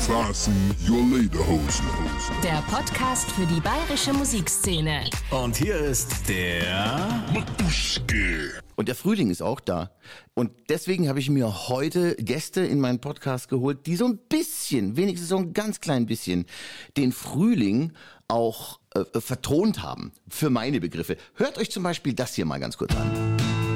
Fasten your Lederhosen. Der Podcast für die bayerische Musikszene. Und hier ist der Matuschke. Und der Frühling ist auch da. Und deswegen habe ich mir heute Gäste in meinen Podcast geholt, die so ein bisschen, wenigstens so ein ganz klein bisschen, den Frühling auch vertont haben. Für meine Begriffe. Hört euch zum Beispiel das hier mal ganz kurz an.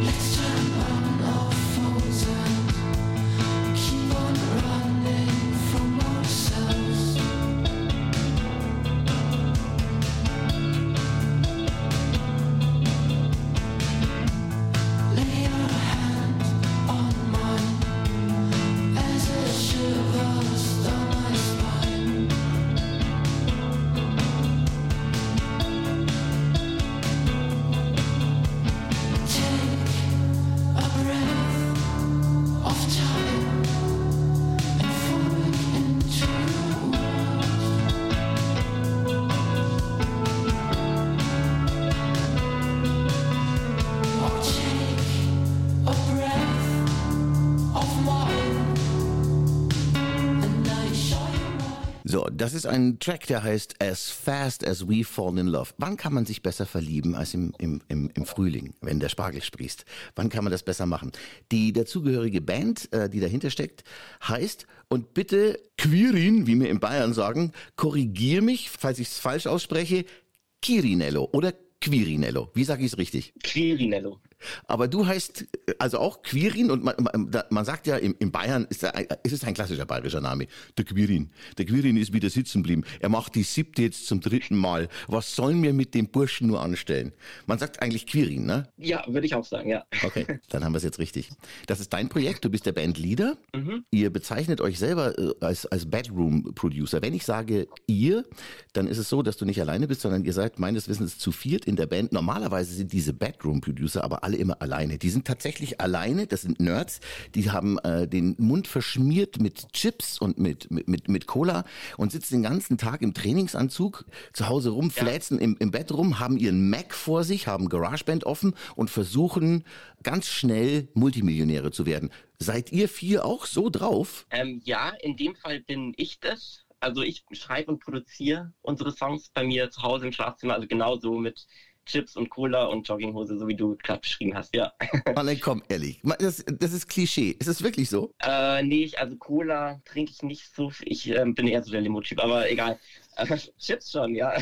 So, das ist ein Track, der heißt As Fast As We Fall in Love. Wann kann man sich besser verlieben als im Frühling, wenn der Spargel sprießt? Wann kann man das besser machen? Die dazugehörige Band, die dahinter steckt, heißt, und bitte Quirin, wie wir in Bayern sagen, korrigier mich, falls ich es falsch ausspreche, Quirinello oder Quirinello. Wie sage ich es richtig? Quirinello. Aber du heißt also auch Quirin und man sagt ja, in Bayern ist es ein klassischer bayerischer Name, der Quirin. Der Quirin ist wieder sitzen geblieben. Er macht die 7. jetzt zum 3. Mal. Was sollen wir mit dem Burschen nur anstellen? Man sagt eigentlich Quirin, ne? Ja, würde ich auch sagen, ja. Okay, dann haben wir es jetzt richtig. Das ist dein Projekt, du bist der Bandleader. Ihr bezeichnet euch selber als Bedroom-Producer. Wenn ich sage ihr, dann ist es so, dass du nicht alleine bist, sondern ihr seid meines Wissens zu 4 in der Band. Normalerweise sind diese Bedroom-Producer aber alle immer alleine. Die sind tatsächlich alleine, das sind Nerds, die haben den Mund verschmiert mit Chips und mit Cola und sitzen den ganzen Tag im Trainingsanzug zu Hause rum, fläzen im Bett rum, haben ihren Mac vor sich, haben GarageBand offen und versuchen ganz schnell Multimillionäre zu werden. Seid ihr 4 auch so drauf? Ja, in dem Fall bin ich das. Also ich schreibe und produziere unsere Songs bei mir zu Hause im Schlafzimmer, also genauso mit Chips und Cola und Jogginghose, so wie du gerade beschrieben hast, ja. Mann, komm, ehrlich, das ist Klischee. Ist es wirklich so? Nee, also Cola trinke ich nicht so. Ich bin eher so der Limo-Typ, aber egal. Chips schon, ja.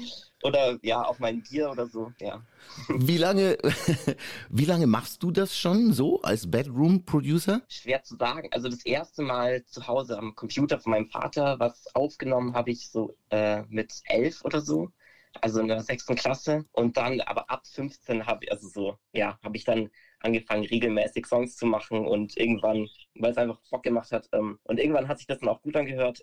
Oder ja, auch mein Bier oder so, ja. Wie lange machst du das schon so als Bedroom-Producer? Schwer zu sagen. Also das erste Mal zu Hause am Computer von meinem Vater, was aufgenommen habe ich so mit 11 oder so. Also in der 6. Klasse und dann aber ab 15 habe ich dann angefangen regelmäßig Songs zu machen und irgendwann, weil es einfach Bock gemacht hat und irgendwann hat sich das dann auch gut angehört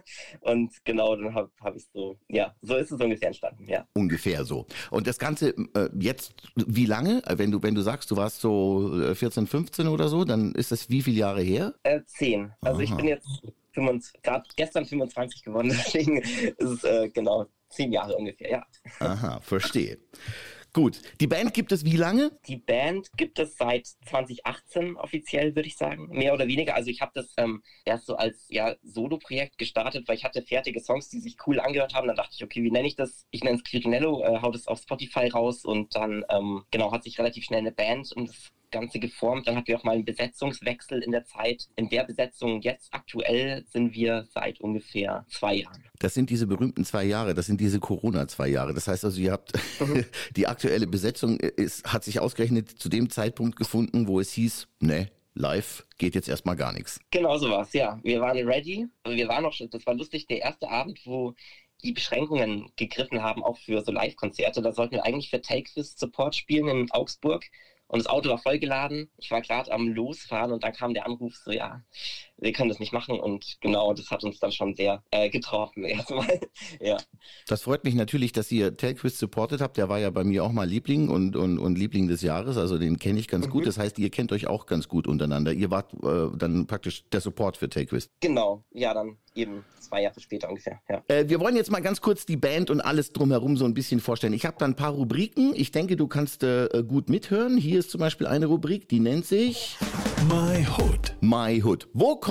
und genau, dann hab ich so ist es ungefähr entstanden, ja. Ungefähr so. Und das Ganze jetzt, wie lange? Wenn du sagst, du warst so 14, 15 oder so, dann ist das wie viele Jahre her? 10. Also ich bin jetzt gerade gestern 25 geworden, deswegen ist es genau 10 Jahre ungefähr, ja. Aha, verstehe. Gut, die Band gibt es wie lange? Die Band gibt es seit 2018 offiziell, würde ich sagen, mehr oder weniger. Also ich habe das erst so als Solo-Projekt gestartet, weil ich hatte fertige Songs, die sich cool angehört haben. Dann dachte ich, okay, wie nenne ich das? Ich nenne es Quirinello, hau das auf Spotify raus und dann hat sich relativ schnell eine Band um das Ganze geformt. Dann hatten wir auch mal einen Besetzungswechsel in der Zeit. In der Besetzung jetzt aktuell sind wir seit ungefähr 2 Jahren. Das sind diese berühmten 2 Jahre, das sind diese Corona-2 Jahre. Das heißt also, ihr habt die aktuelle Besetzung hat sich ausgerechnet zu dem Zeitpunkt gefunden, wo es hieß, ne, live geht jetzt erstmal gar nichts. Genau so war's, ja. Wir waren ready. Also wir waren auch schon, das war lustig, der erste Abend, wo die Beschränkungen gegriffen haben, auch für so Live-Konzerte. Da sollten wir eigentlich für Takefish Support spielen in Augsburg. Und das Auto war vollgeladen. Ich war gerade am Losfahren und dann kam der Anruf so, ja, wir können das nicht machen. Und genau, das hat uns dann schon sehr getroffen erstmal. Ja. Das freut mich natürlich, dass ihr Telquist supportet habt. Der war ja bei mir auch mal Liebling und Liebling des Jahres. Also den kenne ich ganz gut. Das heißt, ihr kennt euch auch ganz gut untereinander. Ihr wart dann praktisch der Support für Telquist. Genau, ja, dann eben 2 Jahre später ungefähr. Ja. Wir wollen jetzt mal ganz kurz die Band und alles drumherum so ein bisschen vorstellen. Ich habe da ein paar Rubriken. Ich denke, du kannst gut mithören. Hier ist zum Beispiel eine Rubrik, die nennt sich My Hood. My Hood. Wo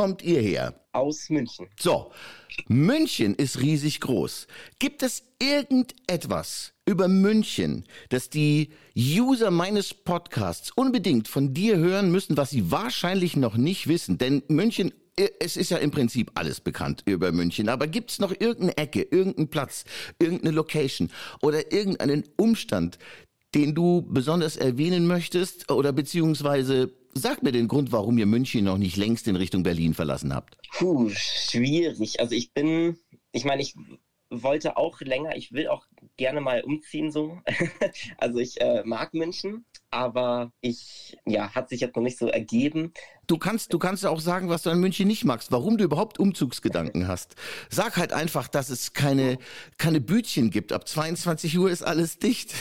kommt ihr her? Aus München. So, München ist riesig groß. Gibt es irgendetwas über München, das die User meines Podcasts unbedingt von dir hören müssen, was sie wahrscheinlich noch nicht wissen? Denn München, es ist ja im Prinzip alles bekannt über München, aber gibt es noch irgendeine Ecke, irgendeinen Platz, irgendeine Location oder irgendeinen Umstand, den du besonders erwähnen möchtest oder beziehungsweise sag mir den Grund, warum ihr München noch nicht längst in Richtung Berlin verlassen habt. Schwierig. Also ich wollte auch länger, ich will auch gerne mal umziehen so. Also ich mag München, aber hat sich jetzt noch nicht so ergeben. Du kannst ja auch sagen, was du an München nicht magst, warum du überhaupt Umzugsgedanken hast. Sag halt einfach, dass es keine Bütchen gibt. Ab 22 Uhr ist alles dicht.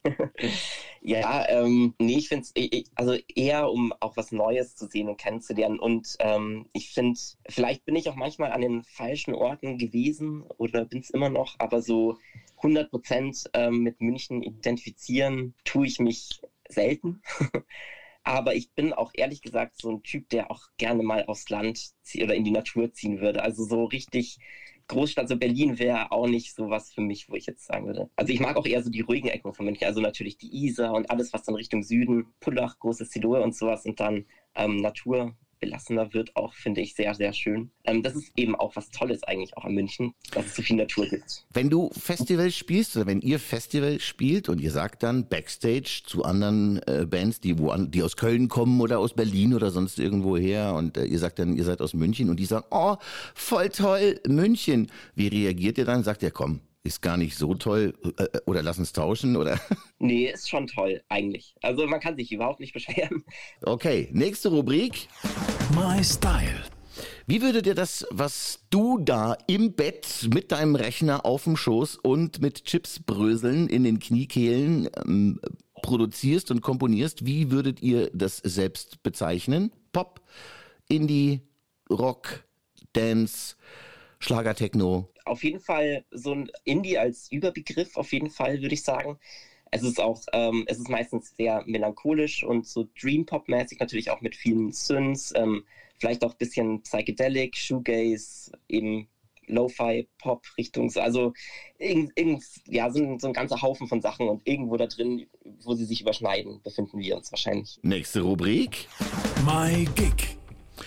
Ich finde es also eher, um auch was Neues zu sehen und kennenzulernen. Und ich finde, vielleicht bin ich auch manchmal an den falschen Orten gewesen oder bin es immer noch, aber so 100% mit München identifizieren tue ich mich selten. Aber ich bin auch ehrlich gesagt so ein Typ, der auch gerne mal aufs Land oder in die Natur ziehen würde. Also so richtig Großstadt, so Berlin wäre auch nicht so was für mich, wo ich jetzt sagen würde. Also ich mag auch eher so die ruhigen Ecken von München. Also natürlich die Isar und alles, was dann Richtung Süden, Pullach, Großes Siloe und sowas und dann naturbelassener wird auch, finde ich, sehr, sehr schön. Das ist eben auch was Tolles eigentlich auch an München, dass es so viel Natur gibt. Wenn du Festivals spielst oder wenn ihr Festival spielt und ihr sagt dann Backstage zu anderen Bands, die aus Köln kommen oder aus Berlin oder sonst irgendwo her und ihr sagt dann, ihr seid aus München und die sagen, oh, voll toll, München. Wie reagiert ihr dann? Sagt ihr, komm, ist gar nicht so toll oder lass uns tauschen oder? Nee, ist schon toll eigentlich. Also man kann sich überhaupt nicht beschweren. Okay, nächste Rubrik. My Style. Wie würde dir das, was du da im Bett mit deinem Rechner auf dem Schoß und mit Chipsbröseln in den Kniekehlen produzierst und komponierst, wie würdet ihr das selbst bezeichnen? Pop, Indie, Rock, Dance, Schlager-Techno? Auf jeden Fall so ein Indie als Überbegriff, auf jeden Fall würde ich sagen. Es ist auch, es ist meistens sehr melancholisch und so Dream-Pop-mäßig, natürlich auch mit vielen Synths, vielleicht auch ein bisschen Psychedelic, Shoegaze, eben Lo-Fi-Pop-Richtung, also so ein ganzer Haufen von Sachen und irgendwo da drin, wo sie sich überschneiden, befinden wir uns wahrscheinlich. Nächste Rubrik. My Gig.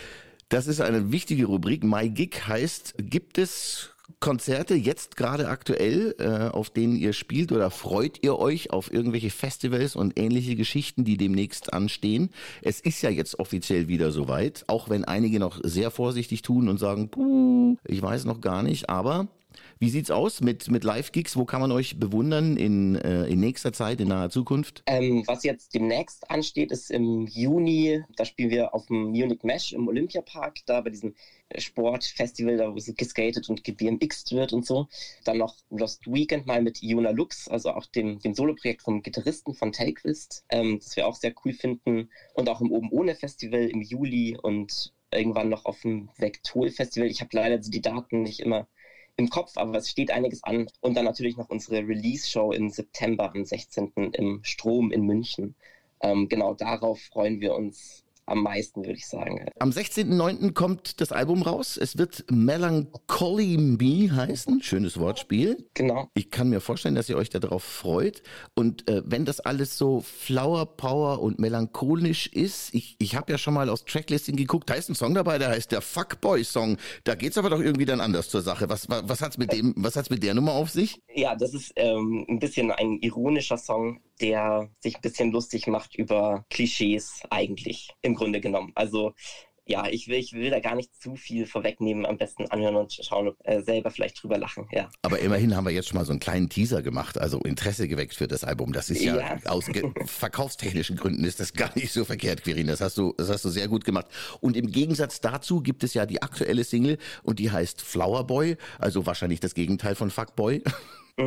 Das ist eine wichtige Rubrik. My Gig heißt, gibt es Konzerte jetzt gerade aktuell, auf denen ihr spielt oder freut ihr euch auf irgendwelche Festivals und ähnliche Geschichten, die demnächst anstehen? Es ist ja jetzt offiziell wieder soweit, auch wenn einige noch sehr vorsichtig tun und sagen, puh, ich weiß noch gar nicht, aber wie sieht's aus mit Live-Gigs? Wo kann man euch bewundern in nächster Zeit, in naher Zukunft? Was jetzt demnächst ansteht, ist im Juni, da spielen wir auf dem Munich Mesh im Olympiapark, da bei diesem Sportfestival, da wo so geskatet und BMXt wird und so. Dann noch Lost Weekend mal mit Iona Lux, also auch dem Soloprojekt vom Gitarristen von Telquist, das wir auch sehr cool finden. Und auch im Oben Ohne Festival im Juli und irgendwann noch auf dem Vectol Festival. Ich habe leider die Daten nicht immer im Kopf, aber es steht einiges an. Und dann natürlich noch unsere Release-Show im September, am 16. im Strom in München. Genau, darauf freuen wir uns am meisten, würde ich sagen. Am 16.09. kommt das Album raus. Es wird Melancholy Me heißen. Schönes Wortspiel. Genau. Ich kann mir vorstellen, dass ihr euch darauf freut. Und wenn das alles so Flower Power und melancholisch ist, ich habe ja schon mal aus Tracklisting geguckt, da ist ein Song dabei, der heißt der Fuckboy-Song. Da geht's aber doch irgendwie dann anders zur Sache. Was hat's mit der Nummer auf sich? Ja, das ist ein bisschen ein ironischer Song, der sich ein bisschen lustig macht über Klischees eigentlich, im Grunde genommen. Also ja, ich will da gar nicht zu viel vorwegnehmen, am besten anhören und schauen, selber vielleicht drüber lachen, ja. Aber immerhin haben wir jetzt schon mal so einen kleinen Teaser gemacht, also Interesse geweckt für das Album. Das ist ja aus verkaufstechnischen Gründen ist das gar nicht so verkehrt, Quirin. Das hast du sehr gut gemacht. Und im Gegensatz dazu gibt es ja die aktuelle Single und die heißt Flower Boy, also wahrscheinlich das Gegenteil von Fuckboy.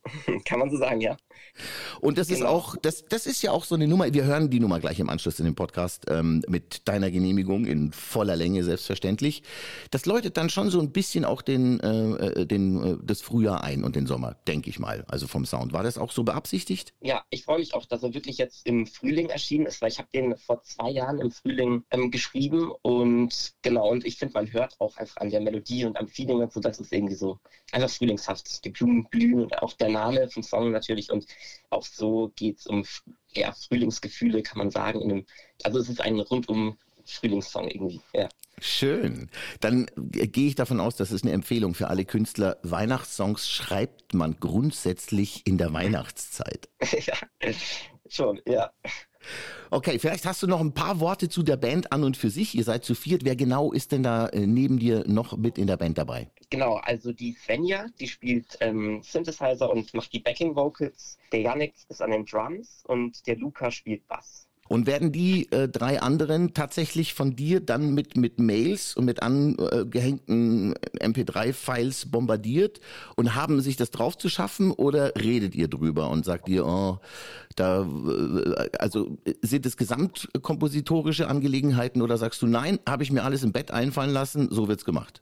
Kann man so sagen, ja. Und das ist auch, das ist ja auch so eine Nummer, wir hören die Nummer gleich im Anschluss in dem Podcast mit deiner Genehmigung in voller Länge, selbstverständlich. Das läutet dann schon so ein bisschen auch das Frühjahr ein und den Sommer, denke ich mal, also vom Sound. War das auch so beabsichtigt? Ja, ich freue mich auch, dass er wirklich jetzt im Frühling erschienen ist, weil ich habe den vor 2 Jahren im Frühling geschrieben und genau, und ich finde, man hört auch einfach an der Melodie und am Feeling und so, dass es irgendwie so einfach frühlingshaft. Die Blumen blühen und auch der Name vom Song natürlich und auch so geht es um Frühlingsgefühle, kann man sagen. Also es ist ein rundum Frühlingssong irgendwie, ja. Schön. Dann gehe ich davon aus, das ist eine Empfehlung für alle Künstler. Weihnachtssongs schreibt man grundsätzlich in der Weihnachtszeit. Ja, schon, ja. Okay, vielleicht hast du noch ein paar Worte zu der Band an und für sich. Ihr seid zu viert. Wer genau ist denn da neben dir noch mit in der Band dabei? Genau, also die Svenja, die spielt Synthesizer und macht die Backing Vocals. Der Yannick ist an den Drums und der Luca spielt Bass. Und werden die 3 anderen tatsächlich von dir dann mit Mails und mit angehängten MP3-Files bombardiert und haben sich das drauf zu schaffen oder redet ihr drüber und sagt ihr, also sind es gesamtkompositorische Angelegenheiten oder sagst du, nein, habe ich mir alles im Bett einfallen lassen, so wird's gemacht?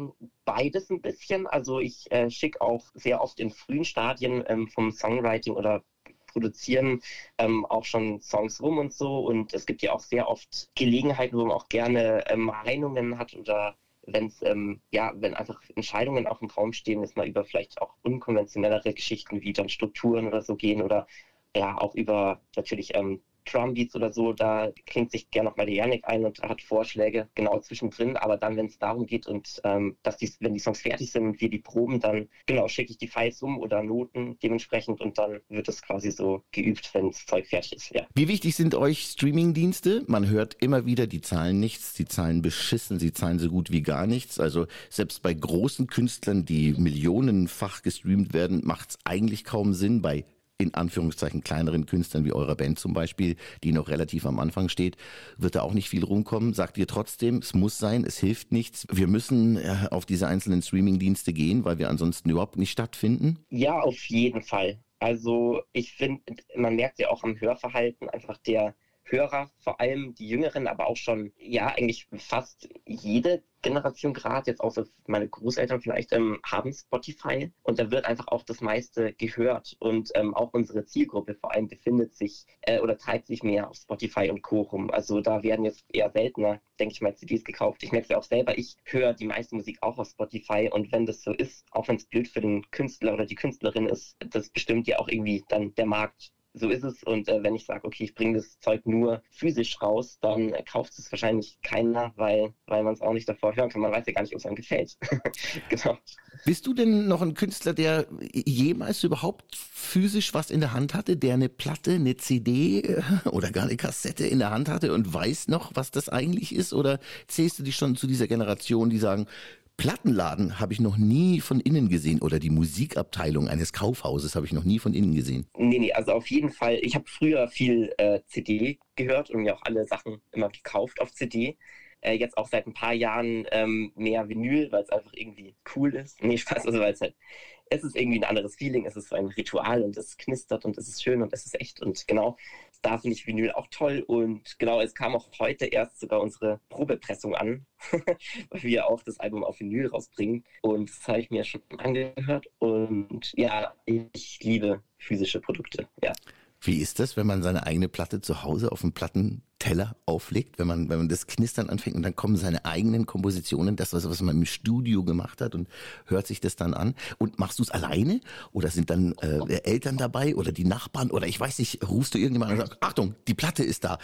Beides ein bisschen. Also ich schicke auch sehr oft in frühen Stadien vom Songwriting oder produzieren auch schon Songs rum und so und es gibt ja auch sehr oft Gelegenheiten, wo man auch gerne Meinungen hat oder wenn einfach Entscheidungen auch im Raum stehen, ist mal über vielleicht auch unkonventionellere Geschichten wie dann Strukturen oder so gehen oder ja auch über natürlich Drumbeats oder so, da klingt sich gerne nochmal der Yannick ein und hat Vorschläge genau zwischendrin, aber dann, wenn es darum geht und wenn die Songs fertig sind und wir die proben, dann genau schicke ich die Files um oder Noten dementsprechend und dann wird es quasi so geübt, wenn das Zeug fertig ist, ja. Wie wichtig sind euch Streamingdienste? Man hört immer wieder, die zahlen nichts, die zahlen beschissen, sie zahlen so gut wie gar nichts. Also selbst bei großen Künstlern, die millionenfach gestreamt werden, macht es eigentlich kaum Sinn. Bei in Anführungszeichen kleineren Künstlern wie eurer Band zum Beispiel, die noch relativ am Anfang steht, wird da auch nicht viel rumkommen. Sagt ihr trotzdem, es muss sein, es hilft nichts. Wir müssen auf diese einzelnen Streamingdienste gehen, weil wir ansonsten überhaupt nicht stattfinden? Ja, auf jeden Fall. Also ich finde, man merkt ja auch am Hörverhalten einfach der Hörer, vor allem die Jüngeren, aber auch schon, ja, eigentlich fast jede Generation gerade, jetzt außer meine Großeltern vielleicht, haben Spotify und da wird einfach auch das meiste gehört und auch unsere Zielgruppe vor allem befindet sich oder treibt sich mehr auf Spotify und Co. rum. Also da werden jetzt eher seltener, denke ich mal, CDs gekauft. Ich merke es ja auch selber, ich höre die meiste Musik auch auf Spotify und wenn das so ist, auch wenn es blöd für den Künstler oder die Künstlerin ist, das bestimmt ja auch irgendwie dann der Markt. So ist es und wenn ich sage, okay, ich bringe das Zeug nur physisch raus, dann kauft es wahrscheinlich keiner, weil man es auch nicht davor hören kann. Man weiß ja gar nicht, ob es einem gefällt. Genau. Bist du denn noch ein Künstler, der jemals überhaupt physisch was in der Hand hatte, der eine Platte, eine CD oder gar eine Kassette in der Hand hatte und weiß noch, was das eigentlich ist? Oder zählst du dich schon zu dieser Generation, die sagen, Plattenladen habe ich noch nie von innen gesehen oder die Musikabteilung eines Kaufhauses habe ich noch nie von innen gesehen? Nee, also auf jeden Fall. Ich habe früher viel CD gehört und mir auch alle Sachen immer gekauft auf CD. Jetzt auch seit ein paar Jahren mehr Vinyl, weil es einfach irgendwie cool ist. Nee, Spaß, also weil es ist irgendwie ein anderes Feeling, es ist so ein Ritual und es knistert und es ist schön und es ist echt und genau, da finde ich Vinyl auch toll und genau, es kam auch heute erst sogar unsere Probepressung an, weil wir auch das Album auf Vinyl rausbringen und das habe ich mir schon angehört und ja, ich liebe physische Produkte, ja. Wie ist das, wenn man seine eigene Platte zu Hause auf dem Plattenteller auflegt, wenn man das Knistern anfängt und dann kommen seine eigenen Kompositionen, das, was man im Studio gemacht hat und hört sich das dann an? Und machst du es alleine oder sind dann Eltern dabei oder die Nachbarn oder ich weiß nicht, rufst du irgendjemanden und sagst, Achtung, die Platte ist da.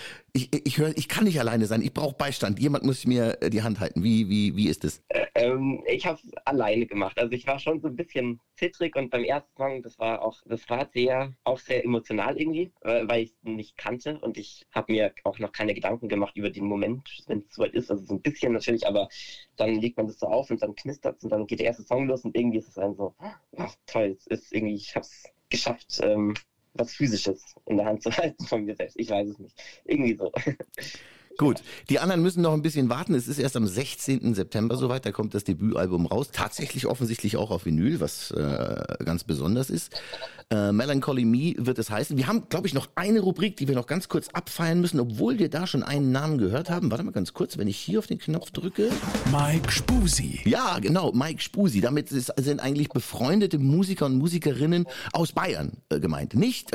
Ich kann nicht alleine sein, ich brauche Beistand, jemand muss mir die Hand halten. Wie ist es? Ich habe es alleine gemacht. Also ich war schon so ein bisschen zittrig und beim ersten Song, das war sehr emotional irgendwie, weil ich es nicht kannte und ich habe mir auch noch keine Gedanken gemacht über den Moment, wenn es soweit ist. Also so ein bisschen natürlich, aber dann legt man das so auf und dann knistert es und dann geht der erste Song los und irgendwie ist es dann so, ach, toll, es ist irgendwie, ich habe es geschafft, was Physisches in der Hand zu halten von mir selbst. Ich weiß es nicht. Irgendwie so. Gut, die anderen müssen noch ein bisschen warten. Es ist erst am 16. September soweit, da kommt das Debütalbum raus. Tatsächlich offensichtlich auch auf Vinyl, was ganz besonders ist. Melancholy Me wird es heißen. Wir haben, glaube ich, noch eine Rubrik, die wir noch ganz kurz abfeiern müssen, obwohl wir da schon einen Namen gehört haben. Warte mal ganz kurz, wenn ich hier auf den Knopf drücke. Mike Spusi. Ja, genau, Mike Spusi. Damit sind eigentlich befreundete Musiker und Musikerinnen aus Bayern gemeint. Nicht,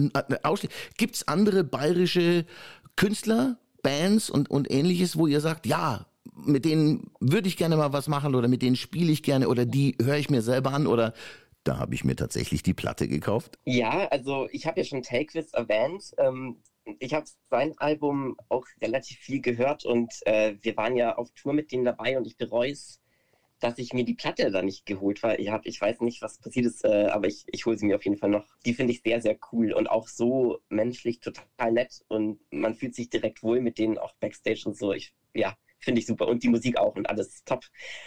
gibt es andere bayerische Künstler, Bands und ähnliches, wo ihr sagt, ja, mit denen würde ich gerne mal was machen oder mit denen spiele ich gerne oder die höre ich mir selber an oder da habe ich mir tatsächlich die Platte gekauft? Ja, also ich habe ja schon Takewist erwähnt. Ich habe sein Album auch relativ viel gehört und wir waren ja auf Tour mit denen dabei und ich bereue es, dass ich mir die Platte da nicht geholt habe. Ich weiß nicht, was passiert ist, aber ich hole sie mir auf jeden Fall noch. Die finde ich sehr, sehr cool und auch so menschlich total nett und man fühlt sich direkt wohl mit denen auch Backstage und so. Finde ich super und die Musik auch und alles top.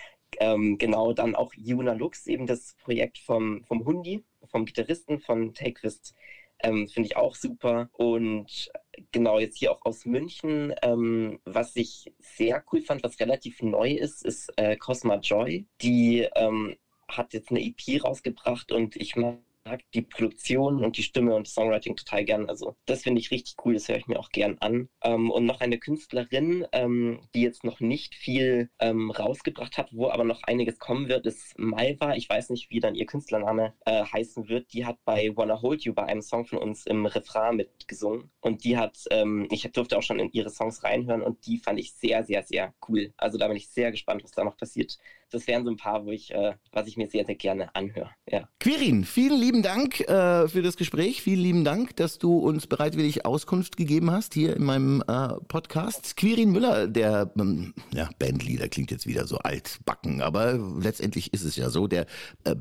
Genau, dann auch Juna Lux, eben das Projekt vom Hundi, vom Gitarristen von Takewist, finde ich auch super. Und genau, jetzt hier auch aus München, was ich sehr cool fand, was relativ neu ist Cosma Joy. Die hat jetzt eine EP rausgebracht und ich mag die Produktion und die Stimme und das Songwriting total gern. Also das finde ich richtig cool, das höre ich mir auch gern an. Und noch eine Künstlerin, die jetzt noch nicht viel rausgebracht hat, wo aber noch einiges kommen wird, ist Malva. Ich weiß nicht, wie dann ihr Künstlername heißen wird. Die hat bei Wanna Hold You, bei einem Song von uns, im Refrain mitgesungen. Und die hat, ich durfte auch schon in ihre Songs reinhören und die fand ich sehr, sehr, sehr cool. Also da bin ich sehr gespannt, was da noch passiert. Das wären so ein paar, was ich mir sehr, sehr gerne anhöre. Ja. Quirin, vielen lieben Dank für das Gespräch. Vielen lieben Dank, dass du uns bereitwillig Auskunft gegeben hast hier in meinem Podcast. Quirin Müller, der Bandleader, klingt jetzt wieder so altbacken, aber letztendlich ist es ja so, der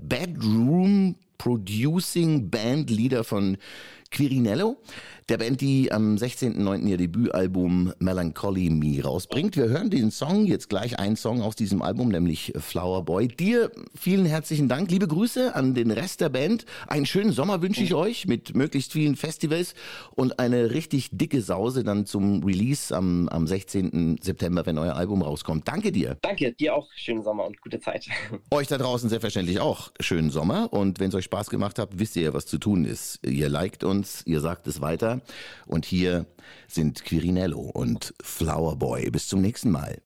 Bedroom Producing Bandleader von Quirinello, der Band, die am 16.09. ihr Debütalbum Melancholy Me rausbringt. Wir hören den Song, jetzt gleich einen Song aus diesem Album, nämlich Flower Boy. Dir vielen herzlichen Dank, liebe Grüße an den Rest der Band. Einen schönen Sommer wünsche ich euch mit möglichst vielen Festivals und eine richtig dicke Sause dann zum Release am 16. September, wenn euer Album rauskommt. Danke dir. Danke, dir auch schönen Sommer und gute Zeit. Euch da draußen selbstverständlich auch schönen Sommer und wenn es euch Spaß gemacht hat, wisst ihr ja, was zu tun ist. Ihr liked uns, ihr sagt es weiter und hier sind Quirinello und Flower Boy. Bis zum nächsten Mal.